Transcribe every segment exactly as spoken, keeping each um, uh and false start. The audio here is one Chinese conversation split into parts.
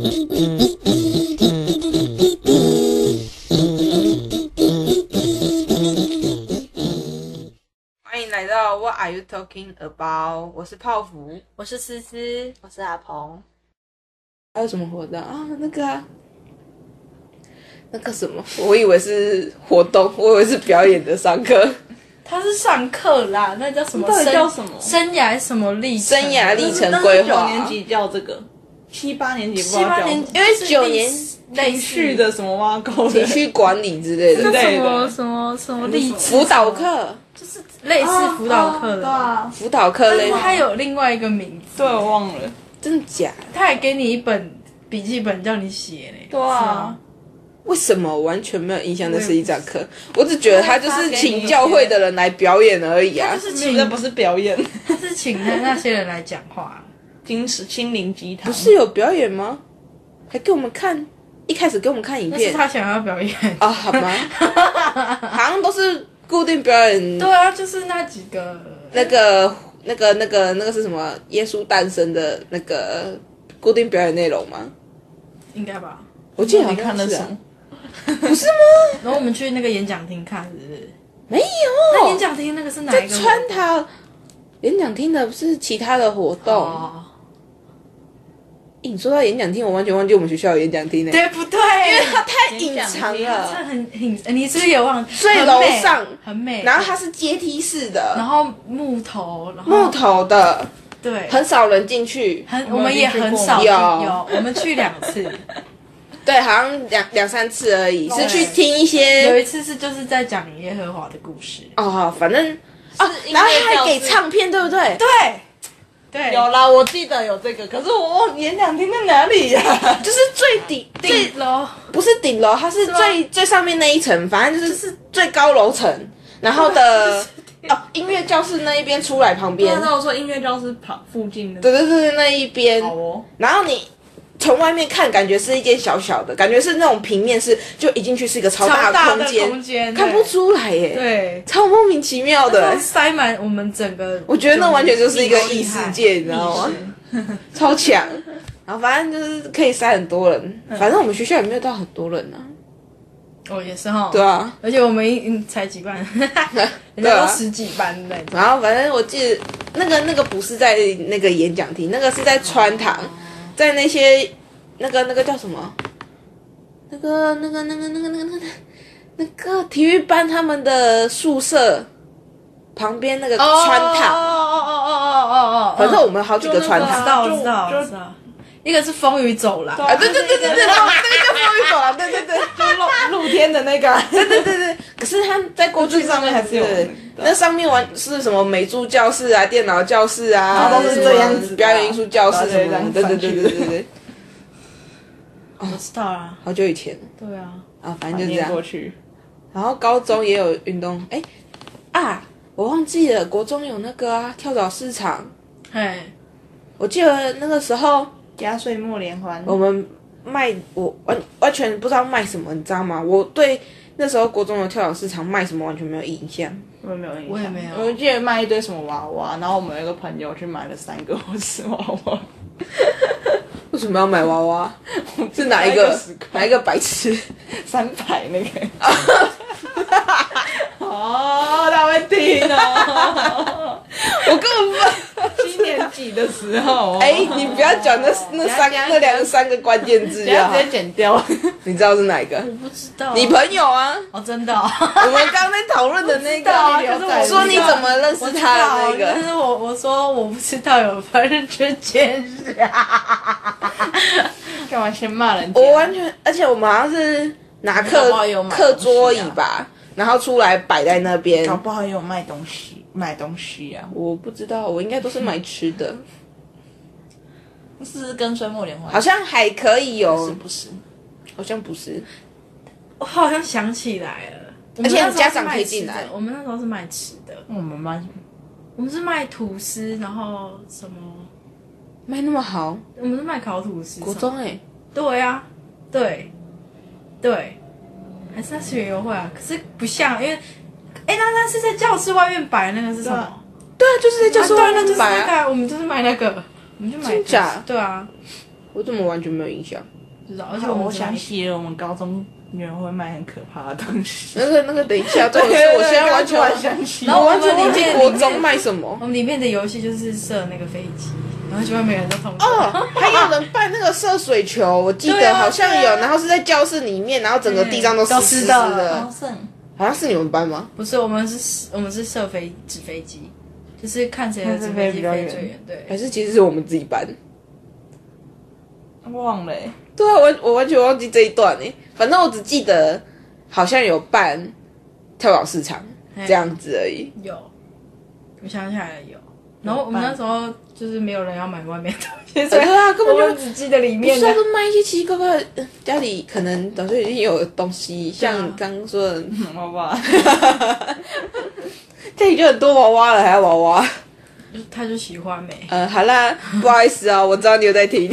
欢迎来到 What are you talking about？ 我是泡芙， 我是思思， 我是阿鹏。 还有什么活动啊？那个啊，那个什么，我以为是活动，我以为是表演的上课。 他是上课啦，那叫什么？ 到底叫什么？ 生涯什么历程？ 生涯历程规划。 九年级叫这个，七八年级不知道叫七八年， 因为九年情绪的什么挖沟情绪管理之类的， 那什之类的么什么什么历程辅导课， 就是类似辅导课的， 对啊， 辅导课类但是，它有另外一个名字， 对我忘了， 真的假的？ 他还给你一本笔记本叫你写呢。 对啊， 为什么我完全没有印象那是一堂课？我只觉得他就是请教会的人来表演而已啊他。就是那请不是表演， 他是请那那些人来讲话， 金石心灵鸡汤不是有表演吗？还给我们看，一开始给我们看影片那是他想要表演。 啊、好吗？好像都是固定表演。 对啊，就是那几个那个、那个、那个、那个是什么？耶稣诞生的那个固定表演内容吗？ 应该吧。 我记得好你像是、啊看了什么？？ 不是吗？ 然后我们去那个演讲厅看，是不是？ 没有。 那演讲厅那个是哪在一个？ 川塔演讲厅的是其他的活动。 哦， 欸你说到演讲厅，我完全忘记我们学校有演讲厅呢、 对不对？ 因为它太隐藏演了。 它很很，你是不是也忘了？ 最楼上很美， 然后它是阶梯式的， 然后木头，然后木头的， 对， 很少人进去。 很， 我们我们也很少有有，我们去两次， 对，好像两两三次而已，是对去听一有些一次是就是在讲耶和华的故事， 哦，反正哦， 音乐然后他还教室给唱片，对不对？ 对对， 有啦，我记得有这个，可是我忘演讲厅在哪里呀？ 就是最顶最顶楼， 不是顶楼，它是吗最最上面那一层，反正就是最高楼层，然后的哦音乐教室那一边出来旁边， 那我说音乐教室旁附近的， 对对对，那一边， 好哦， 然后你从外面看，感觉是一间小小的，感觉是那种平面式，就一进去是一个超大超大的空间， 空间看不出来耶， 对， 超莫名其妙的那时候。塞满我们整个， 我觉得那完全就是一个异世世界，你知道吗？超强。然后反正就是可以塞很多人，反正我们学校也没有到很多人啊。 哦，也是哈， 对啊， 而且我们一嗯才几班，人家都十几班那种。 然后反正我记得那个那个不是在那个演讲厅，那个是在穿堂，在那些那个那个叫什么？那个那个那个那个那个那个那个体育班他们的宿舍旁边那个穿堂， 哦哦哦哦哦哦哦， 反正我们好几个穿知堂。 道我知道就我知道，一个是风雨走廊， 啊，对对对对对，然后那个叫风雨走廊，对对对， 露露天的那个， 对对对对。可是他在过去上面还是有对那个那上面玩是什么美术教室啊、电脑教室啊， 然后都是这样子的啊表演艺术教室什么的，对对对对对对对。 我知道啊， 好久以前对啊， 啊，反正就这样年过。去， 然后高中也有运动，哎啊，我忘记了，国中有那个啊跳蚤市场。 嘿， 我记得那个时候压岁末联欢， 我们卖，我完完全不知道卖什么，你知道吗？我对那时候国中的跳蚤市场卖什么完全没有印象。 我也没有印象， 我也没有我记得卖一堆什么娃娃，然后我们有一个朋友去买了三个或四娃娃， 为什么要买娃娃？是哪一个十块哪一个白痴？ 三排那个。哦，他会听哦。 我根本不。 七年级的时候， 哎、你不要讲那那三那两个三个关键字就好等下直。接剪掉。 你知道是哪一个？ 我不知道， 你朋友啊？ 哦，真的哦， 我们刚才讨论的那个啊， 啊， 可是我说你怎么认识他的那我知道但个。 是我我说我不知道有发生这件事啊， 干嘛先骂人家？ 我完全，而且我们好像是拿搞课不好有买课桌椅东西啊吧，然后出来摆在那边搞。不好也有卖东西，卖东西啊。 我不知道，我应该都是买吃的， 是跟岁末联欢， 好像还可以有是，不是？ 好像不是。 我好像想起来了， 而且我们那时候是家长可以卖吃进来的我们那时候是卖吃的， 我们卖我们是卖吐司，然后什么， 卖那么好， 我们是卖烤吐司， 国中哎、 对啊，对，对，还是那是园游会啊，可是不像，因为，哎，那那是在教室外面摆那个是什么？ 对啊，就是在教室外啊对，那就是面摆啊。 那个，我们就是买那个，我们就买真假对啊， 我怎么完全没有印象？ 不知道，而且我们我只买想起了，我们高中女人会卖很可怕的东西。 那个那个，等一下，这我对对我现在完全刚突然想起然后我们我完全忘记里面国中卖什么。 我们里面的游戏就是射那个飞机，然后就外面人都同哦，还有人办那个射水球，我记得对啊好像有， 对啊然后是在教室里面，然后整个地上都湿湿都湿的的， 胜好像是你们班吗？ 不是，我们是我们是射飞纸飞机，就是看谁的纸飞机飞最远。对， 还是其实是我们自己班？ 忘了、欸， 对啊，我我完全忘记这一段诶。反正我只记得好像有办跳蚤市场这样子而已。 有，我想起来了有。然后我们那时候就是没有人要买外面的东西，所以对啊，根本就我们只记得里面的不是。都卖一些奇奇怪怪的，呃家里可能早就已经有的东西，像刚刚说的， 娃娃， 家里就很多娃娃了，还要娃娃。 他就喜欢没？ 呃，好啦，不好意思啊，我知道你有在听。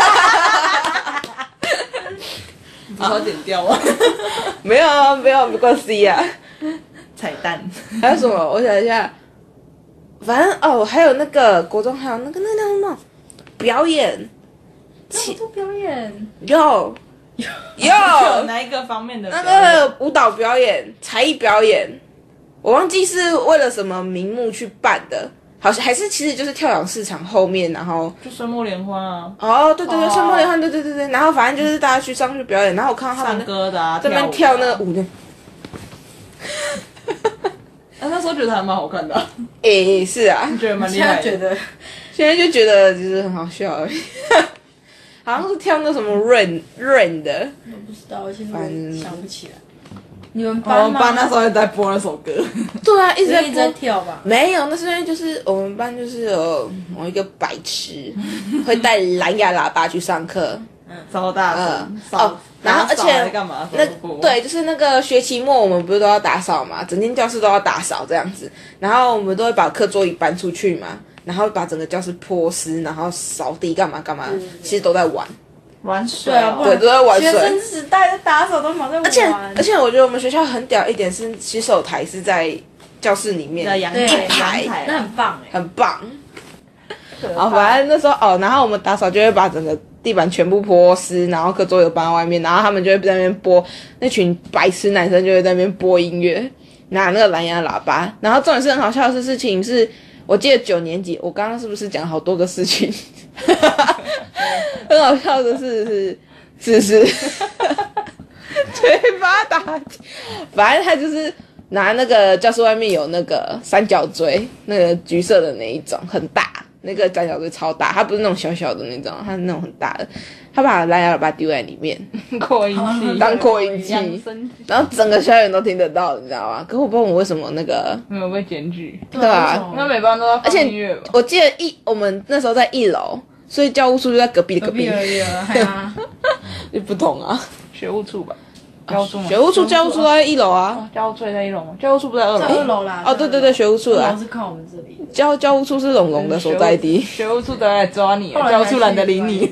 不要剪掉啊！ 没有啊，没有，没关系啊。 彩蛋， 还有什么？我想一下，反正哦，还有那个国中还有那个那个叫什么表演， 那做表演有有有哪一个方面的表那演？ 个舞蹈表演、才艺表演，我忘记是为了什么名目去办的，好像还是其实就是跳蚤市场后面，然后就岁末联欢啊， 哦，对对对， 哦圣莫联欢，对对对对，然后反正就是大家去上去表演，然后我看到他唱们歌的啊， 这边跳舞的啊跳那个舞的， 啊，那时候觉得还蛮好看的啊， 诶，是啊， 觉得蛮厉现害的。 在觉得现在就觉得就是很好笑而已，好像是跳那什么 rain rain 的， 我不知道，其实我反正想不起来。你们我班吗？ 们班那时候也在播那首歌， 对啊，一直在一直在播。 跳吧？ 没有，那是因为就是我们班就是有某一个白痴会带蓝牙喇叭去上课， 超大声嗯， 扫哦然后而且打扫还是干嘛？ 那什么不对，就是那个学期末我们不是都要打扫嘛，整间教室都要打扫这样子，然后我们都会把课桌椅搬出去嘛，然后把整个教室泼湿，然后扫地干嘛干嘛，其实都在玩， 玩水对啊，不对， 然都在玩水。 学生时代的打扫都忙在玩。 而且而且我觉得我们学校很屌一点是洗手台是在教室里面， 在阳对一排阳台那很棒哎。 很棒。然后反正那时候哦，然后我们打扫就会把整个地板全部泼湿，然后课桌有搬到外面，然后他们就会在那边播，那群白痴男生就会在那边播音乐，拿那个蓝牙喇叭。然后重点是很好笑的事情是，我记得九年级，我刚刚是不是讲好多个事情？很好笑的是是是是，嘴巴打结，反正他就是拿那个教室外面有那个三角锥，那个橘色的那一种，很大。那个三角锥超大，它不是那种小小的那种，它是那种很大的。他把蓝牙喇叭丢在里面， 扩音器当扩音器养生然后整个校园都听得到，你知道吗？可我不知道我为什么那个， 没有被检举， 对啊， 那每班都要而且放音乐吧？ 我记得一我们那时候在一楼，所以教务处就在隔壁的隔壁， 隔壁而已了，还啊， 就不同啊。 学务处吧，教务处吗？ 学务处、教务处都在一楼啊。 教务处在一楼吗？教务处不在二在楼？ 二楼啦。 哦，对对对，学务处二啊楼，是靠我们这里。 教教务处是龙龙的所在地。 学务处都来抓你， 后来教务处懒得理你。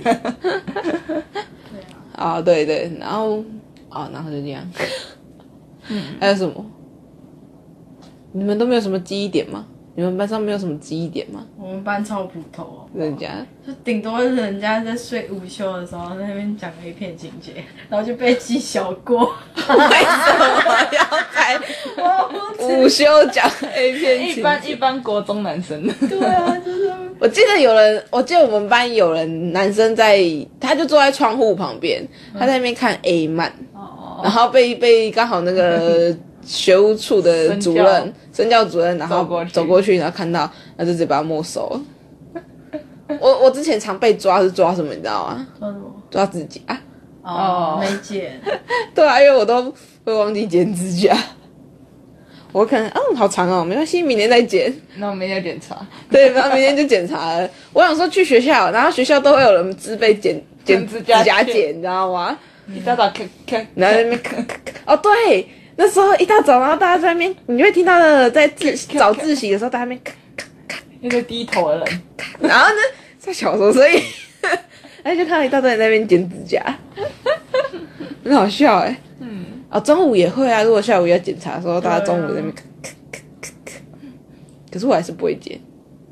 啊，对对，然后啊，然后就这样。嗯，还有什么？你们都没有什么记忆点吗？你们班上没有什么记忆点吗？ 我们班超普通哦， 人家就顶多是人家在睡午休的时候在那边讲 A 片情节，然后就被记小过。 为什么要在午休讲 A 片情节？ 一般一般国中男生， 对啊，就是我记得有人，我记得我们班有人男生在，他就坐在窗户旁边，他在那边看 A 漫， 哦， 然后被被刚好那个学务处的主任、身教主任，然后走过去走过去，然后看到，然后就直接把他没收了。我我之前常被抓是抓什么，你知道吗？ 说什么？ 抓指甲。 哦，没剪。 对啊，因为我都会忘记剪指甲。我可能嗯好长哦，没关系，明年再剪。 那我明天检查， 对，然后明天就检查了。我想说去学校，然后学校都会有人自备剪剪剪指甲剪甲剪，你知道吗？ 一大早看看， 然后在那边咔咔咔哦，对，那时候一大早，然后大家在那边，你就会听到那个在自早自习的时候，大家在那边咔咔那个低头的人， 咔，然后呢在小时候，所以哎就看到一大堆人在那边剪指甲，很好笑哎、嗯，啊、中午也会啊，如果下午要检查的时候，大家中午在那边咔咔咔咔咔，可是我还是不会剪。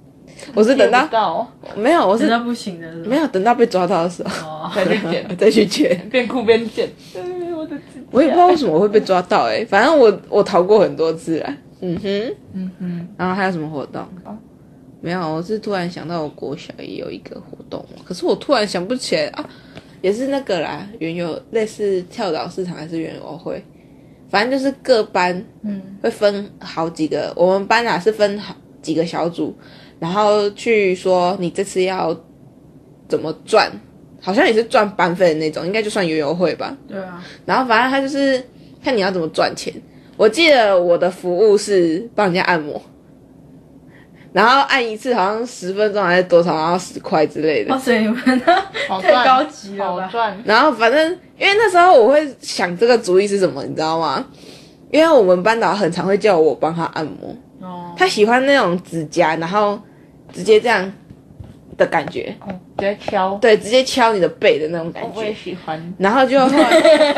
我是等到借不到没有，我是真的不行的是吗， 没有等到被抓到的时候哦， 再去剪， 再去剪。 边哭边剪。哎我的指甲我也不知道为什么我会被抓到哎、欸，反正我我逃过很多次啦。嗯哼， 嗯哼， 然后还有什么活动？ 啊没有，我是突然想到我国小也有一个活动，可是我突然想不起来啊，也是那个啦，园游类似跳蚤市场还是园游会，反正就是各班嗯， 会分好几个，我们班啊是分好几个小组，然后去说你这次要怎么赚，好像也是赚班费的那种，应该就算园游会吧。 对啊， 然后反正他就是看你要怎么赚钱。我记得我的服务是帮人家按摩，然后按一次好像十分钟还是多少，然后十块之类的。 哇塞，你们太好赚高级了吧？ 好赚。 然后反正因为那时候我会想这个主意是什么，你知道吗？因为我们班导很常会叫我帮他按摩， 哦， 他喜欢那种指甲，然后直接这样的感觉， 哦，直接敲， 对，直接敲你的背的那种感我也觉。 喜欢。 然后就后来，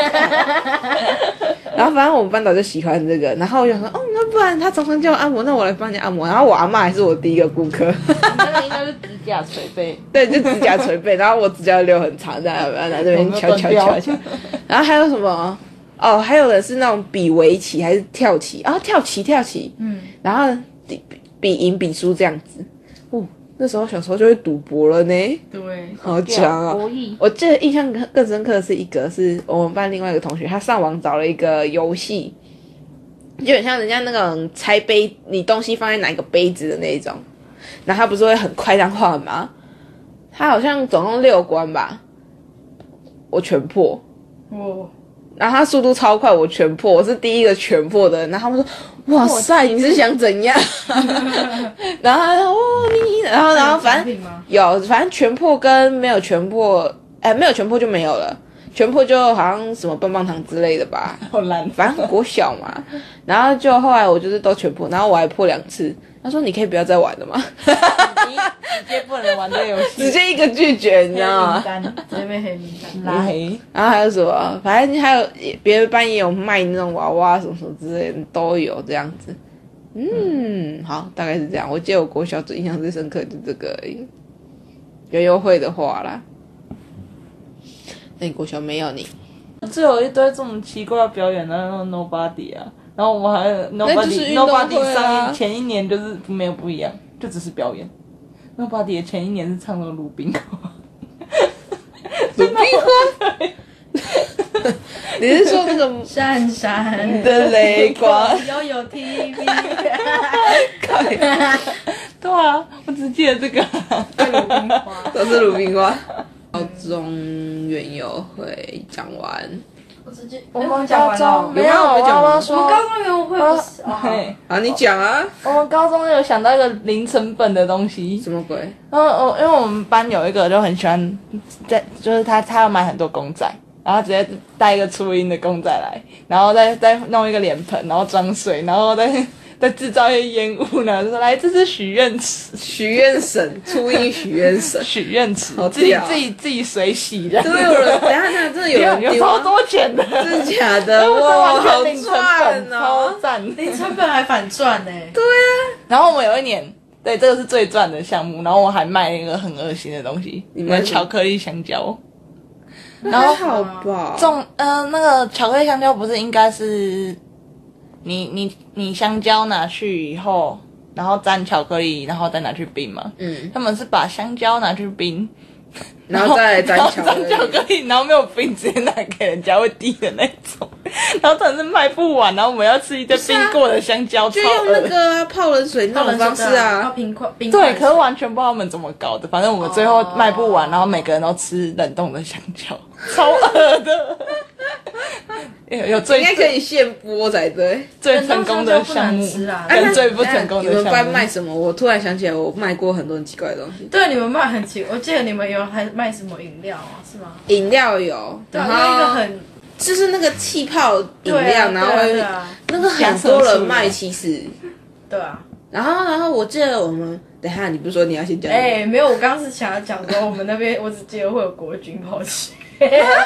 然后反正我们班导就喜欢这个，然后我就说，哦，那不然他常常叫我按摩，那我来帮你按摩。然后我阿嬷还是我第一个顾客， 你那个应该是指甲捶背， 对，就指甲捶背，然后我指甲留很长，在那在那边敲敲敲敲。然后还有什么？哦，还有的是那种比围棋还是跳棋啊、哦，跳棋跳棋， 嗯， 然后比比赢比输这样子。哦，那时候小时候就会赌博了呢， 对， 好强啊！ 博弈， 我记得印象更更深刻的是一个是我们班另外一个同学，他上网找了一个游戏，就很像人家那种猜杯，你东西放在哪个杯子的那一种，然后他不是会很快这样换吗？他好像总共六关吧，我全破。 我然后他速度超快，我全破，我是第一个全破的人。然后他们说：“哇塞，你是想怎样？”然后他说：“哦，你……然后然后反正有，反正全破跟没有全破，哎，没有全破就没有了，全破就好像什么棒棒糖之类的吧。 好烂。 反正国小嘛。然后就后来我就是都全破，然后我还破两次。他说：“你可以不要再玩了吗？” 你直接不能玩这个游戏， 直接一个拒绝，你知道吗？ 单直接被黑名单。 拉黑。 然后还有什么？反正还有别的班也有卖那种娃娃什么什么之类的，都有这样子。嗯，好，大概是这样。我记得我国小最印象最深刻就这个而已。有优惠的话啦，那你国小没有你？ 就有一堆这么奇怪的表演的那种 Nobody 啊，然后我们还有那就是 Nobody 运动会啊 Nobody 上映前一年就是没有不一样，就只是表演。Nobody 的前一年是唱那个鲁冰花， 鲁冰花？你是说那个闪闪的雷光？ 悠悠 T V， 对啊，我只记得这个。 鲁冰花。 都是鲁冰花。高中园游会讲完， 我直接我们讲完高中了。 没有， 有吗我没讲完我要我们说， 高中园会不是？哦嘿， 好，你讲啊， 我们高中有想到一个零成本的东西， 什么鬼？ 然后我因为我们班有一个就很喜欢在，就是他他要买很多公仔，然后直接带一个初音的公仔来，然后再再弄一个脸盆，然后装水，然后再再制造一些烟雾呢，就说来这是许愿池， 许愿神，初一许愿神。 许愿池好， 自己屌自己自己水洗的， 真的有人？等一下，等一下，真的有人有丢吗？ 超多钱的， 真的假的？ 我哇， 完好全零成赚本，超哦！ 赞。 零成本还反赚呢。对， 然后我们有一年，对，这个是最赚的项目，然后我还卖一个很恶心的东西， 你卖什么巧克力香蕉。 然后好吧， 种呃那个巧克力香蕉不是应该是你你你香蕉拿去以后，然后沾巧克力，然后再拿去冰吗？ 嗯， 他们是把香蕉拿去冰， 然后再来沾然后巧克沾巧克力。 力，然后没有冰直接拿给人家会滴的那种，然后真的是卖不完，然后我们要吃一堆冰过的香蕉， 就超恶用那个啊泡冷水那种方式要啊， 冰块冰块对，可是完全不知道他们怎么搞的，反正我们最后卖不完，然后每个人都吃冷冻的香蕉，超恶的。有有最应该可以现剥才对。 最成功的项目冷冻香蕉不难吃啊跟最不成功你们班的项目。 卖什么？我突然想起来，我卖过很多很奇怪的东西。 对，你们卖很奇，我记得你们有还卖什么饮料啊？是吗？ 饮料有， 对， 然有一个后很就是那个气泡饮对料， 啊然后会对啊那个很多人卖，其实。 对啊。 然后，然后我记得我们，等一下你不是说你要先讲？ 哎，没有，我刚刚是想要讲说，我们那边我只记得会有国军跑去，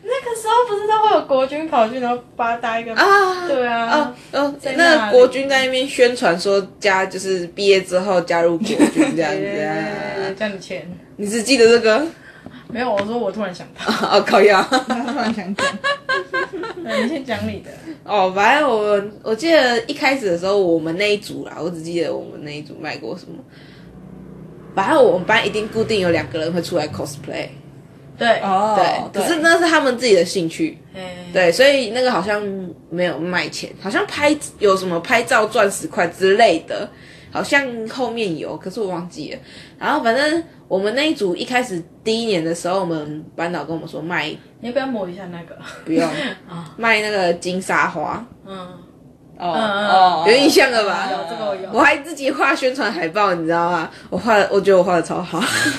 那个时候不是都会有国军跑去，然后把他搭一个啊， 对啊， 哦哦， 在那那里个国军在那边宣传说加就是毕业之后加入国军这样对对子啊， 对对，叫你钱。 你是记得这个？ 没有，我说我突然想到， 哦，靠呀！ 突然想讲， 你先讲你的。 哦，反正我我记得一开始的时候，我们那一组啦，我只记得我们那一组卖过什么。反正我们班一定固定有两个人会出来 cosplay， 对， 哦对，可是那是他们自己的兴趣， 哎， 对，所以那个好像没有卖钱，好像拍有什么拍照赚十块之类的，好像后面有，可是我忘记了。然后反正我们那一组一开始第一年的时候，我们班导跟我们说卖你要不要抹一下那个？ 不用卖那个金沙花， 嗯， 哦嗯哦， 有印象了吧？ 有这个我有。 我还自己画宣传海报，你知道吗？我画的，我觉得我画的超好。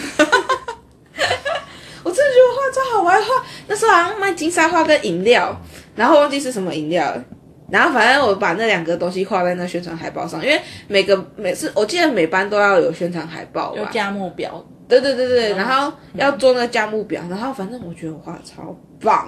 我真的觉得我画得超好，我还画那时候好像卖金沙花跟饮料，然后忘记是什么饮料了。然后反正我把那两个东西画在那宣传海报上，因为每个每次我记得每班都要有宣传海报吧， 有价目表， 对对对对，然后要做那个价目表，然后反正我觉得我画的超棒，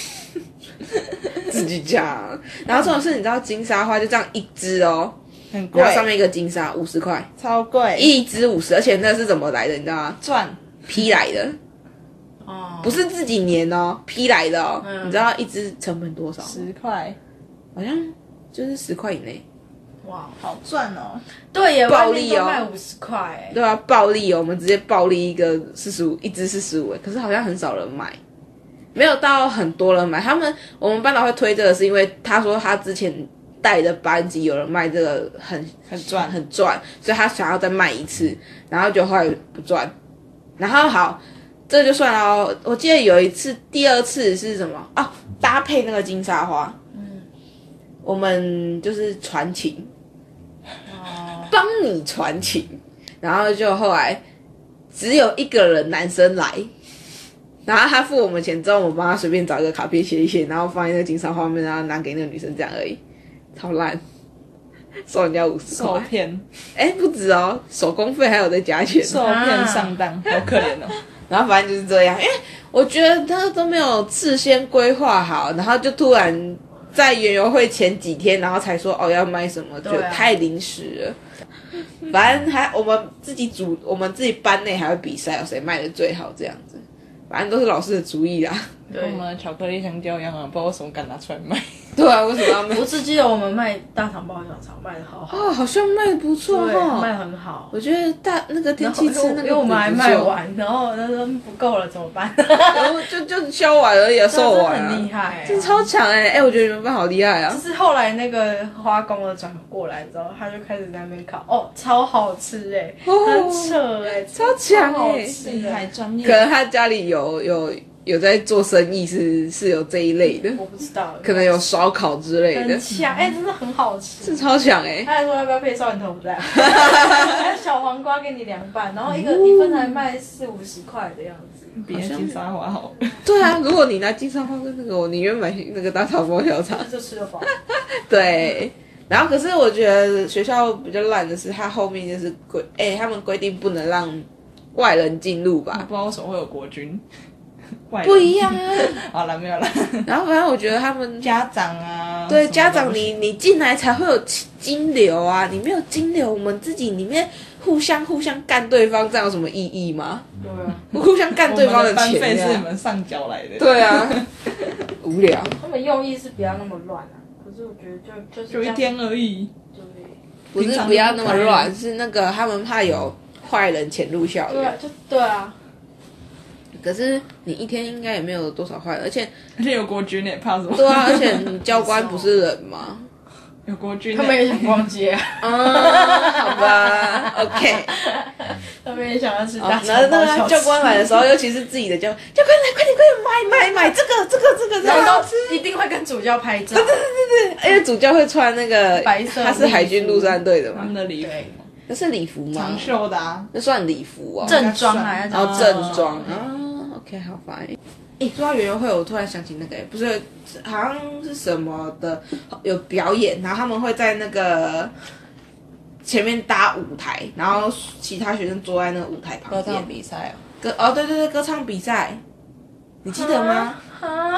自己讲。然后这种事你知道金沙花就这样一支哦， 很贵然后，上面一个金沙五十块， 超贵， 一支五十，而且那是怎么来的你知道吗？ 赚批来的， 哦， 不是自己粘哦，批来的哦。 嗯你知道一支成本多少吗？ 十块， 好像就是十块以内。 哇， 好赚哦。 对耶， 暴利哦外面都卖五十块，哎， 对啊，暴利哦，我们直接暴利一个四十五，一支四十五，可是好像很少人买，没有到很多人买。他们我们班导会推这个，是因为他说他之前带的班级有人卖这个很很赚很赚，所以他想要再卖一次，然后就后来不赚。然后好，这就算了哦。我记得有一次，第二次是什么？哦，搭配那个金沙花，嗯，我们就是传情。 哦， 帮你传情，然后就后来只有一个人男生来，然后他付我们钱之后，我们帮他随便找一个卡片写一写，然后放在那个金沙画面，然后拿给那个女生这样而已，超烂，收人家五十块， 受骗， 哎不止哦，手工费还有再加钱， 受骗上当，好可怜哦。 然后反正就是这样，因为我觉得他都没有事先规划好，然后就突然在园游会前几天，然后才说哦要卖什么，就对啊太临时了。反正还我们自己组，我们自己班内还会比赛，有谁卖的最好这样子。反正都是老师的主意啦。 对跟我们的巧克力香蕉一样啊，不知道为什么敢拿出来卖。 对啊，为什么要卖？ 我只记得我们卖大肠包小肠卖的好好， 哦，好像卖的不错对， 哦。 卖很好。 我觉得大那个天然后气吃那个因为我们还卖不错， 完，然后那说不够了怎么办？ 然后就就销完而已啊，售完啊， 很厉害， 真的超强哎、欸！哎、我觉得你们班好厉害啊就！是后来那个花工的转过来之后，他就开始在那边烤，哦，超好吃哎、 哦很扯哎、 超强超好欸吃厉害的。 专业， 可能他家里有有有在做生意是，是有这一类的， 我不知道， 可能有烧烤之类的很，强哎、真的很好吃。 是超强哎、 他还说要不要配少年头蛋，还有小黄瓜给你凉拌，然后一个一份才卖四五十块的样子。 比那金沙花好。 对啊，如果你拿金沙花跟那个，我宁愿买那个大肠包小肠。 就吃得饱。 对，然后可是我觉得学校比较烂的是，它后面就是规，哎、他们规定不能让外人进入吧？ 不知道为什么会有国军，外人不一样啊。 好了，没有了。 然后反正我觉得他们家长啊， 对什么的家长你，你进来才会有金流啊！你没有金流，我们自己里面互相互相干对方，这样有什么意义吗？ 对啊， 互相干对方我们的班钱费是你啊！ 们上缴来的。 对啊，无聊。 他们用意是不要那么乱啊，可是我觉得就就是这样就一天而已。 对不是不要那么乱，是那个他们怕有坏人潜入校园。 对啊，就对啊， 可是你一天应该也没有多少坏人，而且而且有国军也怕什么？ 对啊，而且你教官不是人吗？ 有国军， 他们也想逛街啊， 嗯，好吧，OK。 他们也想要吃好， 大然后肠包小那个教官来的时候，尤其是自己的教教官来，快点快点买买买这个这个这个， 然后然后都一定会跟主教拍照。 因为主教会穿那个白色他是海军陆战队的他嘛， 们的礼服对那是礼服吗长？袖的啊， 那算礼服哦。 正装啊，要然后讲正装啊，OK，好烦。哎，说到园游会，我突然想起那个，不是好像是什么的有表演，然后他们会在那个前面搭舞台，然后其他学生坐在那个舞台旁边歌唱比赛哦。 歌哦，对对对，歌唱比赛，你记得吗？ 啊，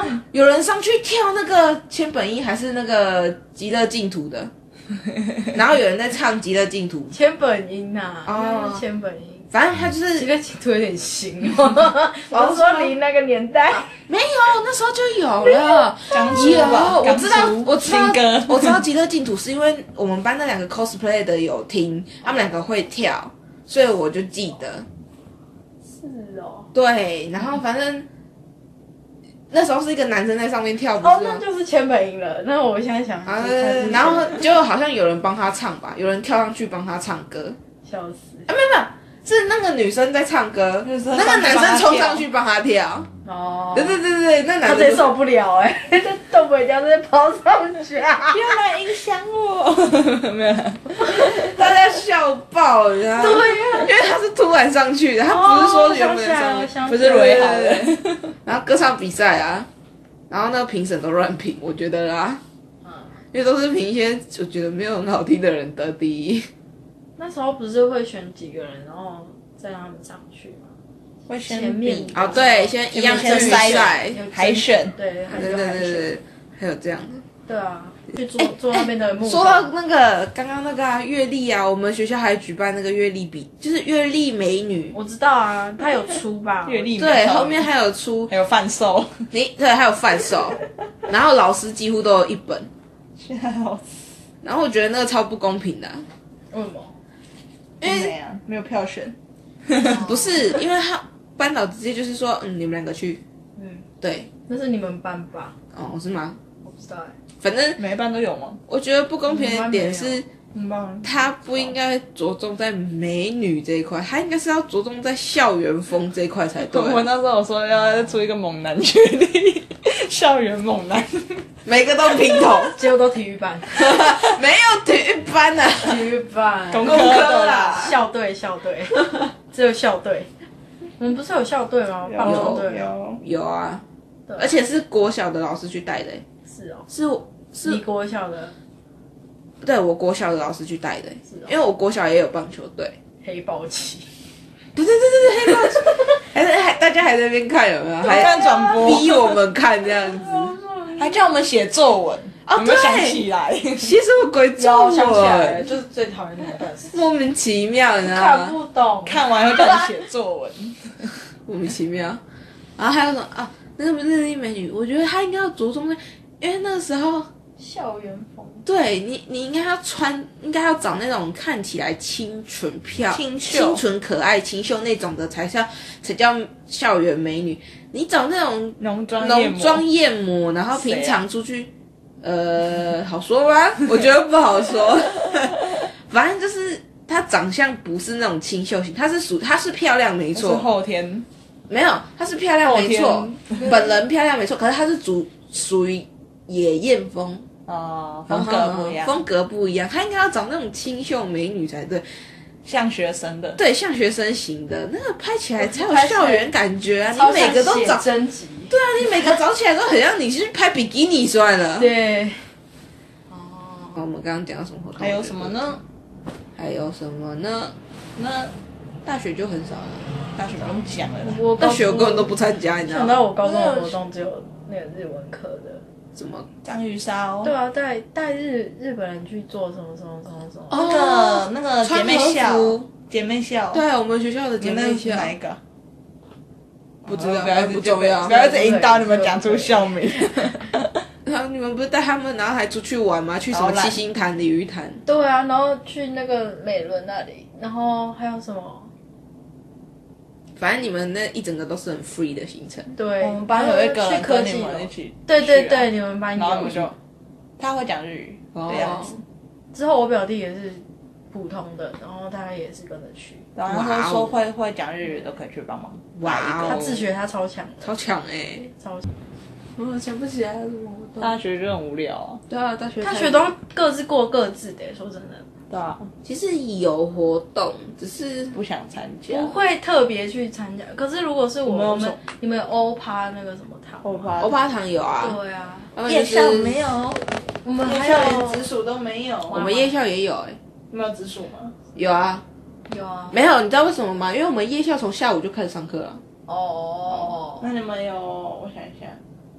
有人上去跳那个千本樱还是那个极乐净土的，然后有人在唱极乐净土， 千本樱啊， 哦那是千本樱。 反正他就是这个截图有点新哦，我是说离那个年代没有，那时候就有了。 刚出吧有，我知道刚出， 我知道新歌， 我知道极乐净土是因为我们班那两个 cosplay 的有听，他们两个会跳，所以我就记得。 是哦， 对，然后反正那时候是一个男生在上面跳，不哦， 是吗？ 那就是千本樱了。那我现在想， 啊才是， 然后就好像有人帮他唱吧，有人跳上去帮他唱歌。 笑死啊，没有没有，是那个女生在唱歌， 女生那个男生冲上去帮他跳。 哦， 对对对对，那他男生直接受不了哎，这动不了，直接跑上去啊！ 不要来影响我，没有， 大家笑爆了，对呀、因为他是突然上去的，他不是说原本上面， 哦想起来了不是蕊好对对的。然后歌唱比赛啊，然后那个评审都乱评，我觉得啦，因为都是评一些我觉得没有很好听的人得第一。 那时候不是会选几个人，然后再让他们上去吗？ 会先前面比哦，对，先一样先比筛赛， 有海选对，还对有海选， 对对对，还有这样。 对啊，去做做那边的木头。 说到那个刚刚那个啊，阅历啊，我们学校还举办那个阅历比，就是阅历美女。 我知道啊，他有出吧？ 阅历对，后面还有出还有贩售， 你对，还有贩售，然后老师几乎都有一本， 笑然后我觉得那个超不公平的啊、 为什么？ 因为没啊，没有票选， 不是因为他班导直接就是说，嗯，你们两个去， 嗯， 对， 那是你们班吧？ 哦，是吗？ 我不知道哎。 反正每一班都有吗？ 我觉得不公平的点我们班没是， 很棒， 他不应该着重在美女这一块，他应该是要着重在校园风这一块才对。 我那时候我说要出一个猛男学历，校园猛男， 每个都平头， 结果都体育班， 没有体育班啊。 体育班， 工科的啦校队校队，只有校队。我们不是有校队吗？棒球队有有啊， 对而且是国小的老师去带的、欸， 是哦， 是是你国小的对我国小的老师去带的、欸， 哦因为我国小也有棒球队。 黑豹旗， 对对对对对，黑豹旗，还是还大家还在那边看有没有？还看转播， 逼我们看这样子， 还叫我们写作文， 哦有没有想对起来？ 写什么鬼作我想起来了， 文？ 就是最讨厌那段时间， 莫名其妙，你知道看吗？ 不懂， 看完会叫你写作文， 莫名其妙。然后还有什么啊？那个日历美女，我觉得她应该要着重在，因为那个时候。 校园风， 对你，你应该要穿，应该要找那种看起来清纯漂、 清秀清纯可爱、清秀那种的，才叫才叫校园美女。你找那种浓妆艳抹浓妆艳抹，然后平常出去，呃，好说吗？我觉得不好说。反正就是她长相不是那种清秀型，她是属她是漂亮没是错， 后天没有，她是漂亮后没错天， 本人漂亮没错，可是她是主属于野艳风。 啊，风格不一样， 风格不一样，她应该要找那种清秀美女才对， 像学生的， 对，像学生型的那个拍起来才有拍起来校园感觉啊！ 超你每个都找， 像写真集， 对啊，你每个找起来都很像你是去拍比基尼算了。 对， 好我们刚刚讲到什么活动？ 还有什么呢？ 还有什么呢？ 那大学就很少了， 大学不用讲了啦， 我大学我根本都不参加，你知道吗？ 想到我高中的活动只有那个日文课的。 什么？ 章鱼烧， 对啊，带带日日本人去做什么什么什么什么。 那个那个姐穿和妹校服， 姐妹校， 对啊，我们学校的姐你们妹校那是哪一个？ 不知道， 不要一直不重要不。要一直引导你们讲出校名。 然后你们不是带他们，然后还出去玩吗？去什么好啦七星潭、鲤鱼潭？ 对啊，然后去那个美伦那里，然后还有什么？ 反正你们那一整个都是很 free 的行程。 对， 我们班有一个去人跟你科技楼们一起， 对对对，，你们班有然后我们。就他会讲日语哦的样子， 之后我表弟也是普通的，然后他也是跟着去。 然后他说说会会讲日语都可以去帮忙哇哦他自学他超强的， 超强哎、 超强。 我想不起来什么活动。 大学就很无聊啊。 对啊，大学大学都各自过各自的，说真的， 对啊， 其实有活动，只是不想参加。 不会特别去参加。可是如果是我我们我们有什么你们有欧趴那个什么堂吗？ 我怕欧巴堂有啊， 对啊， 他们就是夜校没有， 我们夜校还有连直属都没有。 我们夜校也有哎、 没有直属吗？ 有啊， 有啊， 没有，你知道为什么吗？因为我们夜校从下午就开始上课了。 哦， 那你们有？我想一下，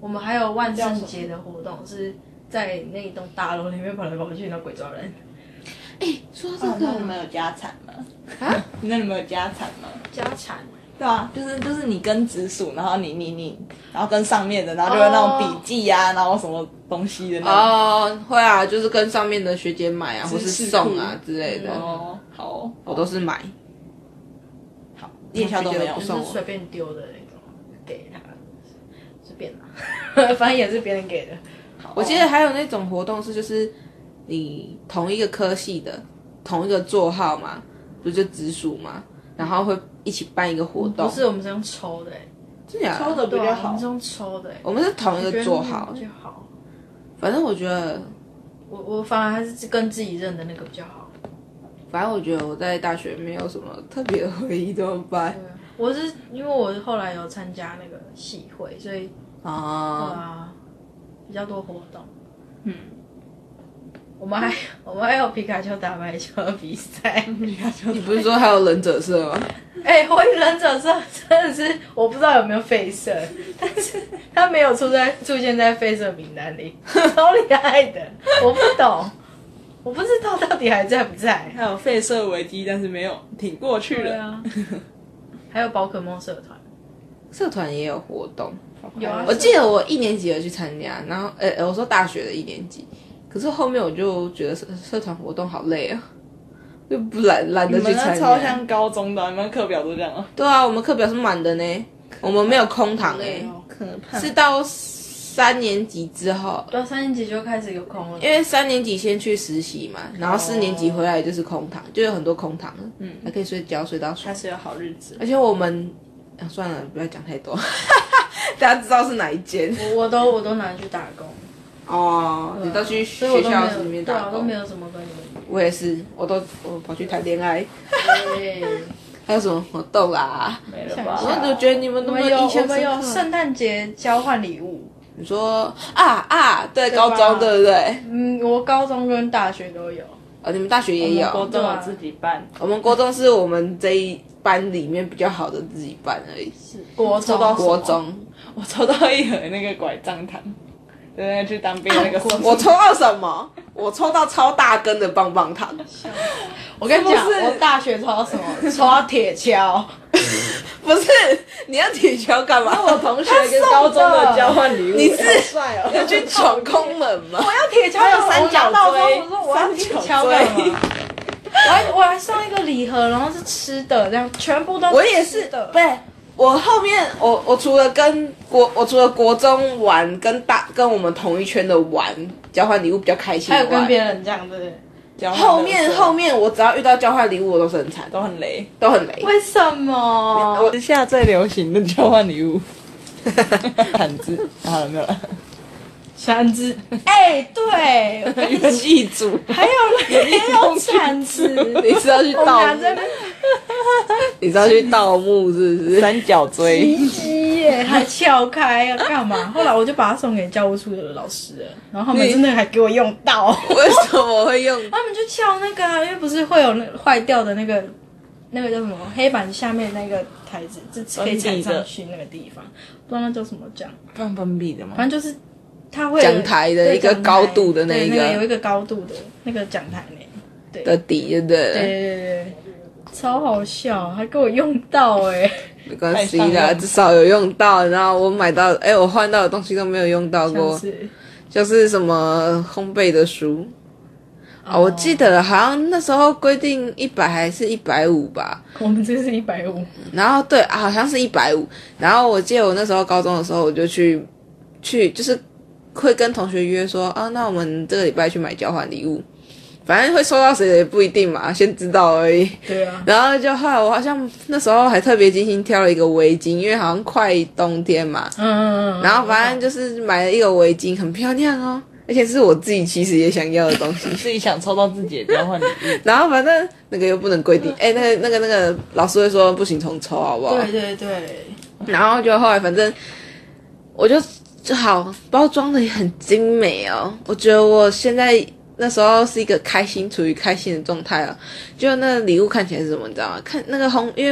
我们还有万圣节的活动，是在那一栋大楼里面跑来跑去，然后鬼抓人。 哎，说到这哦个， 那你们有家产吗？ 啊， 那你们有家产吗？ 家产。 对啊，就是就是你跟直属，然后你你你，然后跟上面的，然后就会那种笔记啊，然后什么东西的那种。 哦，会啊，就是跟上面的学姐买啊，或是知识送啊库之类的。 哦，好哦， 我都是买。 好，夜校都没有不送我就是随便丢的那种，给他，随便啦，反正也是别人给的。 我记得还有那种活动是，就是你同一个科系的同一个座号嘛，不是就直属嘛，然后会一起办一个活动。 不是，我们是用抽的、欸， 真假的？ 抽的比对啊，我较好们是。用抽的、欸， 我们是同一个座号比，较好。 反正我觉得， 我我反而还是跟自己认的那个比较好。 反正我觉得我在大学没有什么特别的回忆，怎么办？ 对啊，我是因为我后来有参加那个系会，所以对啊， 啊，比较多活动。嗯，我们还我们还有皮卡丘打排球的比赛。 你不是说还有忍者社吗？ 哎、火影忍者社真的是我不知道有没有废社，但是他没有出在出现在废社名单里，超厉害的。我不懂，我不知道到底还在不在。 还有废社危机，但是没有挺过去了。 对啊，还有宝可梦社团， 社团也有活动。 有啊， 我记得我一年级有去参加，然后呃、呃我说大学的一年级，可是后面我就觉得社社团活动好累啊，就不懒懒得你们那去参加。 超像高中的，你们课表都这样啊？ 对啊，我们课表是满的呢，我们没有空堂哎、 可怕。 是到三年级之后， 到三年级就开始有空了， 因为三年级先去实习嘛，然后四年级回来就是空堂，就有很多空堂了，嗯，还可以睡觉睡到爽。 开始有好日子。 而且我们、啊、算了，不要讲太多，大家知道是哪一间我我都我都拿去打工， 哦。你都去学所以我都没有校里面对啊，都打工没，有什么跟你们。 我也是，我都我跑去谈恋爱， 对， 还有什么活动啦？ 没了想吧？ 我就觉得你们我们有都没印象我们有深刻。 圣诞节交换礼物， 你说啊啊，对， 吧高中对不对？ 嗯，我高中跟大学都有。 哦，你们大学也有。 国中有自己办， 我们国中是我们这一班里面比较好的自己班而已。 国中抽到国中， 我抽到一盒那个拐杖糖，对对，去当兵的那个手我抽到什么？我抽到超大根的棒棒糖。 我跟你讲， 是不是我大学抽到什么？抽到铁锹。 不是，你要铁锹干嘛？ 我同学跟高中的交换礼物， 你是好帅哦！ 要去闯空门吗？ 我要铁锹， 还有三角锥我说我要铁锹干嘛？我还我还送一个礼盒，然后是吃的，这样全部都我也是吃的。 对，我后面我我除了跟国我除了国中玩跟大跟我们同一圈的玩交换礼物比较开心以外， 还有跟别人这样，对不对？ 交换后面垃圾后面我只要遇到交换礼物，我都是很惨， 都很雷。 都很雷。 为什么？ 我时下最流行的交换礼物，毯子，好了没有了？ 铲子，哎，对， 元气组， 还有还有铲子， 你是要去我们盗墓？ 俩在那边你是要去盗墓是不是？ 三角锥， 鸡耶，还撬开要干嘛？后来我就把它送给教务处的老师了，然后他们真的还给我用到。 为什么会用？ 他们就撬那个啊，因为不是会有那坏掉的那个那个叫什么黑板下面那个台子，是可以踩上去那个地方，不知道那叫什么讲， 放封闭的吗？ 反正就是它会有讲台的一个对讲台高度的那对一个那有一个高度的那个讲台呢，对的底，对不对？ 对对对对，超好笑，还给我用到哎、 没关系啦， 太上用至少有用到。然后我买到，哎，我换到的东西都没有用到过像，是就是什么烘焙的书。哦，我记得好像那时候规定一百还是一百五吧， 我们这个是一百五， 然后对，好像是一百五。然后我记得我那时候高中的时候，我就去去就是会跟同学约说啊，那我们这个礼拜去买交换礼物，反正会收到谁的也不一定嘛，先知道而已。 对啊， 然后就后来我好像那时候还特别精心挑了一个围巾，因为好像快冬天嘛， 嗯嗯嗯， 然后反正就是买了一个围巾，很漂亮哦，而且是我自己其实也想要的东西。 自己想抽到自己的交换礼物， 然后反正那个又不能规定，哎，那个那个那个老师会说不行重抽，好不好？ 对对对， 然后就后来反正我就就好包装的也很精美哦，我觉得我现在那时候是一个开心处于开心的状态哦。就那个礼物看起来是什么，你知道吗？看那个红，因为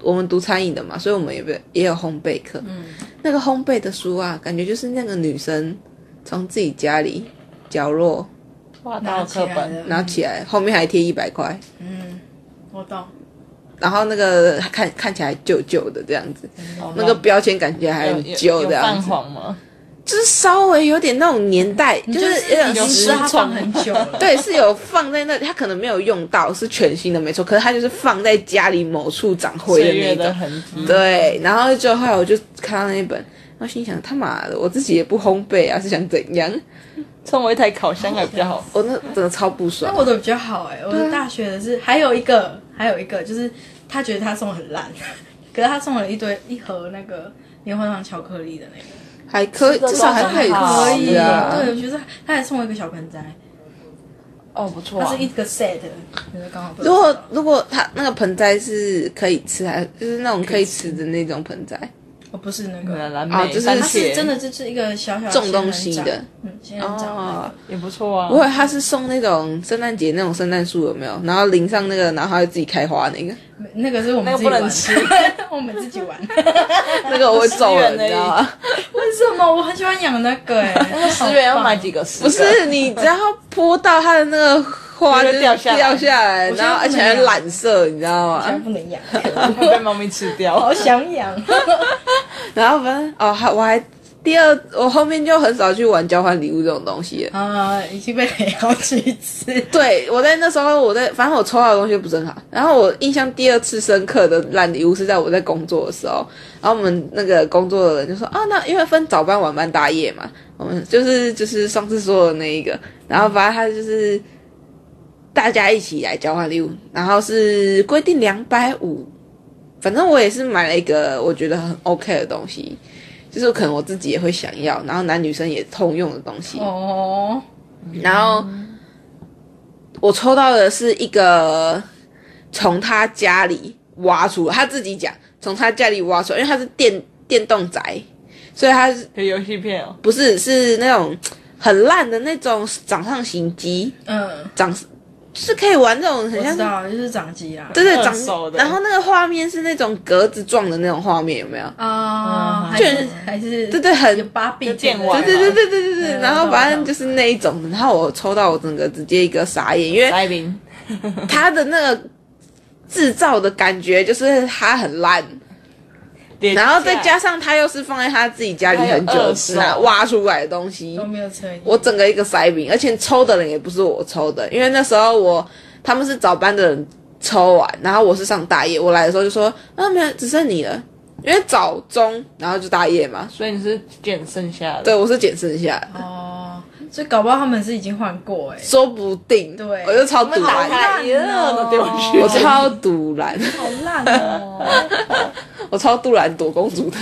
我们读餐饮的嘛，所以我们也也也有烘焙课。嗯，那个烘焙的书啊，感觉就是那个女生从自己家里角落画到课本拿起来，后面还贴一百块。 嗯，我懂。 然后那个看看起来旧旧的这样子， 哦那个标签感觉还很旧这样子。 泛黄吗？ 就是稍微有点那种年代，就是有点有时它放很久了。 对，是有放在那里，它可能没有用到，是全新的没错，可是它就是放在家里某处长灰的那种痕迹。 对，然后就后来我就看到那一本，然后心想他妈的，我自己也不烘焙啊，是想怎样？ 送我一台烤箱还比较好。 我那真的超不爽。 那我的比较好哎、欸，我的大学的是还有一个，还有一个就是他觉得他送很烂，可是他送了一堆一盒那个棉花糖巧克力的那个。 还可以，至少还可以可以啊。 对，我觉得他还送我一个小盆栽。 哦，不错、啊。 它是一个 set，就是刚好。 如果如果它那个盆栽是可以吃，还就是那种可以吃的那种盆栽。 哦，不是那个蓝莓，就是它是真的就是一个小小种东西的， 嗯，仙人掌哦， 也不错啊。 不会，他是送那种圣诞节那种圣诞树有没有？然后淋上那个，然后它会自己开花那个。 那个是我们自己玩，我们自己玩。 那个我会揍人，你知道吗？ 为什么？我很喜欢养那个哎、欸， 那个十元要买几个？ 不是，你只要泼到它的那个花就掉下掉下来，然后而且还染色，你知道吗？ 现在不能养， 会被猫咪吃掉。 好想养。 然后反正哦，还我还第二，我后面就很少去玩交换礼物这种东西了。 啊，已经被雷好几次。 对，我在那时候，我在反正我抽到的东西不是很好。然后我印象第二次深刻的烂礼物是在我在工作的时候，然后我们那个工作的人就说啊，那因为分早班、晚班、大夜嘛，我们就是就是上次说的那一个，然后反正他就是大家一起来交换礼物，然后是规定两百五，反正我也是买了一个我觉得很 OK 的东西。就是可能我自己也会想要，然后男女生也通用的东西。 哦， 然后我抽到的是一个从他家里挖出来，他自己讲从他家里挖出来，因为他是电电动宅，所以他是游戏片哦， 不是是那种很烂的那种掌上型机， 嗯， 掌就是可以玩这种很像是， 我知道，就是掌机啦。 对对掌手的， 然后那个画面是那种格子状的那种画面，有没有？ 啊，还是还是对对很有八 B 电玩， 对对对对对对对， 嗯然后反正就是那一种，然后我抽到我整个直接一个傻眼，因为来宾， 它的那个制造的感觉就是它很烂，然后再加上它又是放在他自己家里很久拿挖出来的东西， 都没有车。 我整个一个塞饼，而且抽的人也不是我抽的，因为那时候我他们是早班的人抽完，然后我是上大夜，我来的时候就说啊没有，只剩你了。因为早中然后就大夜嘛， 所以你是捡剩下的。 对，我是捡剩下的。 哦，所以搞不好他们是已经换过哎、欸， 说不定。 对， 我就超堵烂拦， 哦， 丢去， 我超堵拦， 好烂哦， 我超杜兰朵公主的。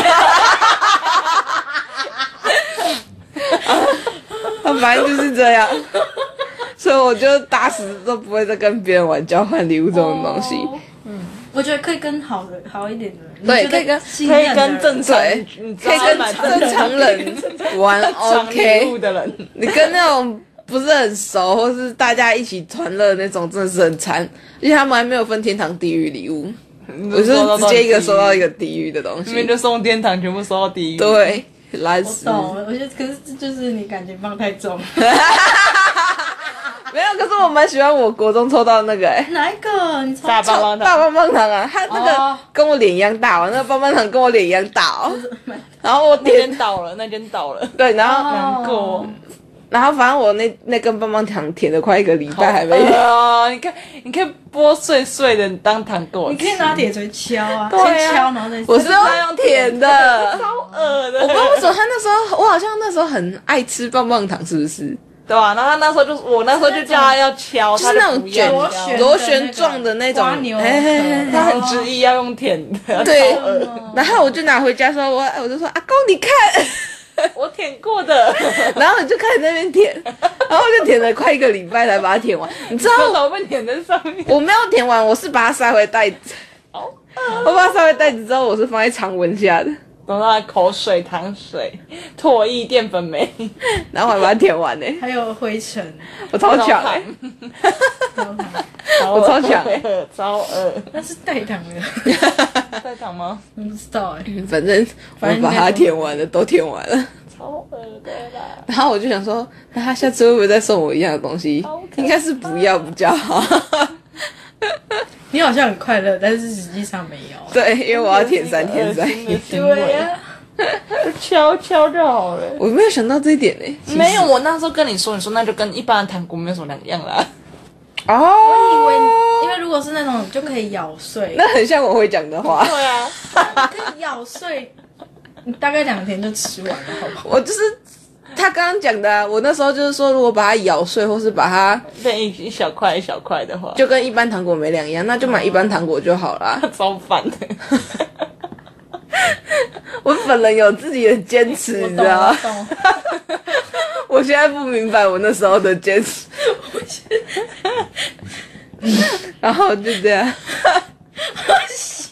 啊，反正就是这样，所以我就打死都不会再跟别人玩交换礼物这种东西。 哦嗯，我觉得可以跟好的、好一点的人， 对，可以跟可以跟正常， 对，可以跟正常人玩 OK 的人， 你跟那种不是很熟，或是大家一起团乐那种，真的是很惨。而且他们还没有分天堂地狱礼物，我就是直接一个收到一个地狱的东西， 明明就送天堂，全部收到地狱。 对，烂死。 我懂，我觉得可是这就是你感情放太重。 没有，可是我蛮喜欢我国中抽到那个哎、欸， 哪一个？你抽大棒棒糖， 大棒棒糖啊，它那个哦跟我脸一样大哦，那个棒棒糖跟我脸一样大哦。然后我那点间倒了，那间倒了， 对，然后、 难过。 然后反正我那那根棒棒糖舔了快一个礼拜还没。 啊！你看，你可以剥碎碎的当糖给我吃。 你可以拿铁锤敲啊， 对啊先敲，然后再。 我是用舔的， 超恶的。 我不知道为什么他那时候，我好像那时候很爱吃棒棒糖，是不是？ 对吧、啊？然后他那时候就，我那时候就叫他要敲， 就是那种卷螺旋螺旋状的那种花牛嘿嘿嘿他很执意要用舔的。 对超恶， 然后我就拿回家说，我我就说阿公你看， 我舔过的， 然后你就开始那边舔，然后我就舔了快一个礼拜才把它舔完。你知道我怎么被舔在上面？ 我没有舔完，我是把它塞回袋子。 哦， 我把它塞回袋子之后，我是放在常温下的。 懂到口水、糖水、唾液、淀粉酶， 然后我还把它舔完呢、 还有灰尘， 我超强哎、 超糖， 我超强欸超饿。 那是代糖的， 在糖吗？ 我不知道哎、 反正我把它舔完了，都舔完了。 超饿的啦！ 然后我就想说，那他下次会不会再送我一样的东西好可？怕应该是不要比较好。 你好像很快乐，但是实际上没有。 对，因为我要舔三天三夜。 对呀、 敲敲就好了。 我没有想到这一点呢、其实没有，我那时候跟你说，你说那就跟一般的糖果没有什么两样啦。 哦， 因为因为如果是那种就可以咬碎， 那很像我会讲的话。 对啊， 可以咬碎，你大概两天就吃完了，好不好？ 我就是他刚刚讲的、啊，我那时候就是说，如果把它咬碎，或是把它变一一小块一小块的话， 就跟一般糖果没两样，那就买一般糖果就好啦。 超烦的。 我本人有自己的坚持，你知我懂， 道吗？ 我懂。 我现在不明白我那时候的坚持。然后就这样， 笑，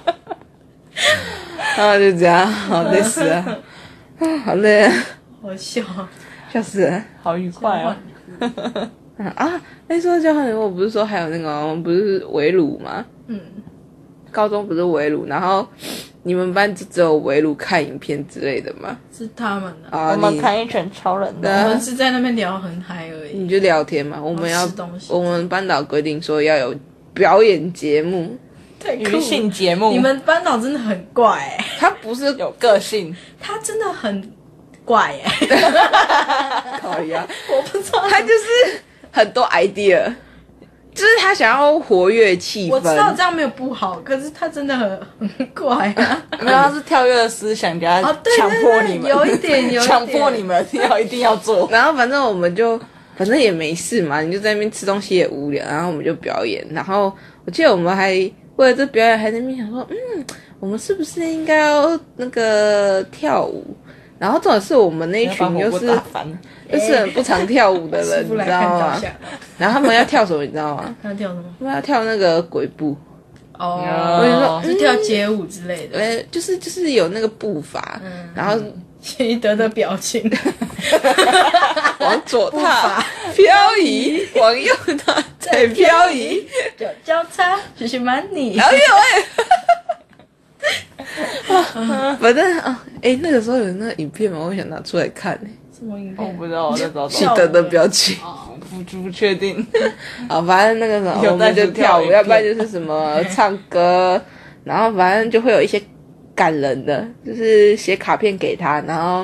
然后就这样，好累死了，啊好累啊， 好笑。 笑死了。 好愉快哦！ 啊，那时候交换礼物不是说还有那个我们不是围炉吗？ 嗯， 高中不是围炉，然后你们班就只有围炉看影片之类的吗？ 是他们的、 啊， 我们你看一拳超人对的， 我们是在那边聊很嗨而已。 你就聊天嘛，我们要吃东西我们班导规定说要有表演节目， 太酷了娱性节目， 你们班导真的很怪哎、 他不是有个性， 他真的很怪哎、 考呀， 我不知道， 他就是很多 idea，就是他想要活跃气氛。 我知道这样没有不好，可是他真的很很怪啊。 没有，他是跳跃的思想，加哦对强迫你们， 对对有一点有一点强迫你们要一定要做。 然后反正我们就反正也没事嘛，你就在那边吃东西也无聊，然后我们就表演。然后我记得我们还为了这表演还在那边想说，嗯，我们是不是应该要那个跳舞？然后重点是我们那一群又是就是很不常跳舞的人， 师傅你来看到知道吗？ 吓到。 然后他们要跳什么，你知道吗？ 他跳什么？ 他们要跳那个鬼步， 哦， 我跟你说是跳街舞之类的。 呃，就是就是有那个步伐，然后谢一德的表情， 往左踏漂移，往右踏再漂移， 脚交叉，学习满你。 然后越位。反正啊，哎、那个时候有那个影片吗？我想拿出来看、欸。 什么影片？ 我不知道，我在找喜找， 德的表情。 不不确定。 好，反正那个什么， 有我们就跳舞， 带着跳影片要不然就是什么唱歌，然后反正就会有一些感人的，就是写卡片给他，然后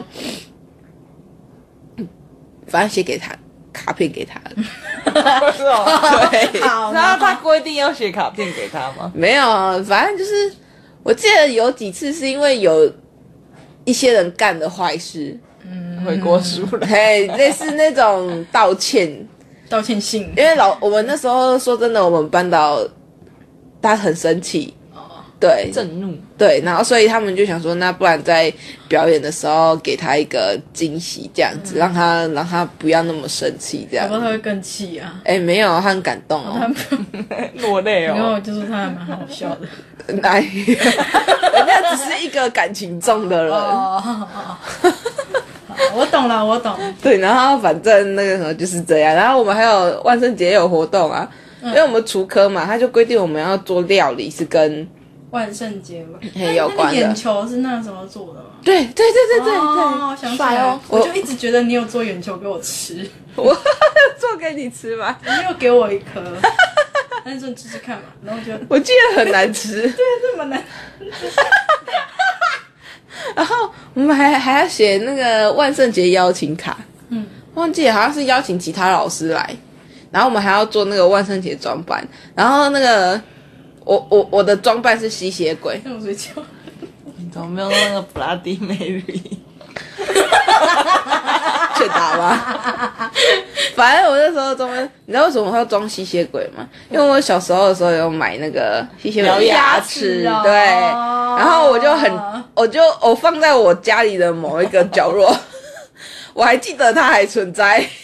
反正写给他卡片给他。 是哦， 对， 好， 然后他规定要写卡片给他吗？ 没有啊，反正就是我记得有几次是因为有一些人干的坏事， 回国书了， 嘿，类似那种道歉。 道歉信。 因为老我们那时候说真的，我们班导他很生气，对震怒。 对，然后所以他们就想说，那不然在表演的时候给他一个惊喜，这样子、让他让他不要那么生气，这样搞不。好他会更气啊。 哎，没有，他很感动哦。 落泪然后哦。 我就说他还蛮好笑的。 哎，人家只是一个感情重的人。 哦，好好我懂了，我懂。 对，然后反正那个时候就是这样，然后我们还有万圣节也有活动啊，因为我们厨科嘛，他就规定我们要做料理是跟万圣节嘛， 很有关的那个眼球是那时候做的吗？ 对对对对对对， 哦，想起来了， 我我就一直觉得你有做眼球给我吃， 我做给你吃吗？ 你有给我一颗，那你说你吃吃看嘛，然后我觉得我记得很难吃， 对这么难， 然后我们还还要写那个万圣节邀请卡， 嗯， 忘记了好像是邀请其他老师来，然后我们还要做那个万圣节装扮，然后那个我我我的装扮是吸血鬼， 让我睡觉。 你怎么没有那个布拉迪梅里？ 确打吗？反正我那时候装扮，你知道为什么会要装吸血鬼吗？因为我小时候的时候有买那个吸血鬼的牙齿， 牙齿哦对，然后我就很，我就我放在我家里的某一个角落，我还记得它还存在。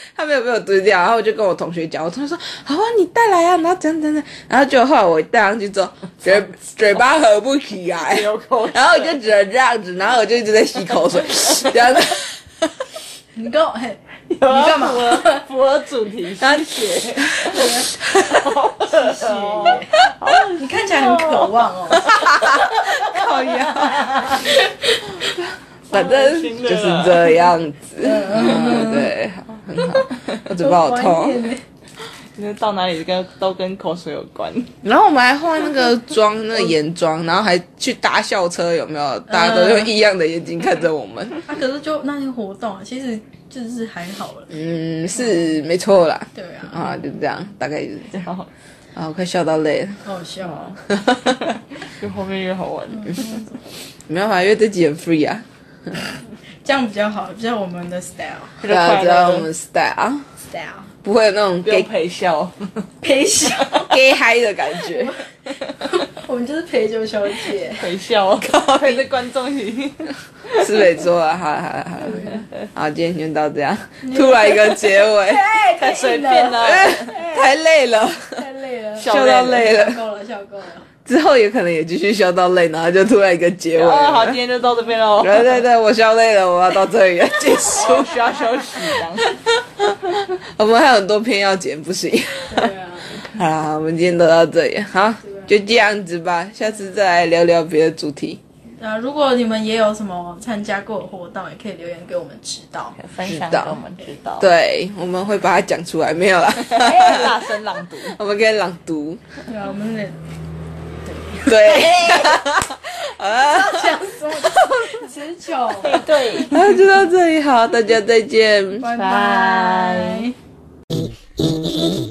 他没有被我丢掉，然后我就跟我同学讲，我同学说好啊，你带来啊，然后怎样怎样，然后结果后来我带上去之后，嘴嘴巴合不起来，然后我就只能这样子，然后我就一直在吸口水，这样子。 你跟我嘿， 你你干嘛？ 符合主题， 然后谢谢。 谢谢。你看起来很渴望哦。 靠腰，反正就是这样子。嗯，对，很好。我嘴巴好痛。 你到哪里跟都跟口水有关。 然后我们还化那个妆，那个眼妆，然后还去搭校车，有没有？大家都用异样的眼睛看着我们。 啊，可是就那些活动啊，其实就是还好了。 嗯，是没错啦。 对啊。 啊，就这样，大概就是这样。 好啊，我快笑到累了。 好好笑啊！ 越后面越好玩。 没办法，因为这集很 free 啊。 这样比较好，比较我们的 style 对啊，知道我们 style， style 不会有那种不用 gay 陪笑。 陪笑， gay 嗨的感觉。 我们就是陪酒小姐。 陪笑，陪着观众一起。 是没错啊，好了好了好了，好，今天就到这样，突然一个结尾， 哎， 太随便了， 太累了， 太累了， 笑到累了， 笑够了，笑够了。 之后也可能也继续笑到累，然后就突然一个结尾。 哦，好，今天就到这边喽。 对对对，我笑累了，我要到这里结束， 需要休息这样。 我们还有很多篇要剪，不行。 对啊。 好啦，我们今天都到这里，好，就这样子吧，下次再来聊聊别的主题。 呃，如果你们也有什么参加过的活动，也可以留言给我们知道。 分享给我们知道。 对，我们会把它讲出来，没有啦， 大声朗读， 我们可以朗读。 对啊，我们得对，好啦， 讲什么持久。 对， 那就到这里，好，大家再见， 拜拜拜。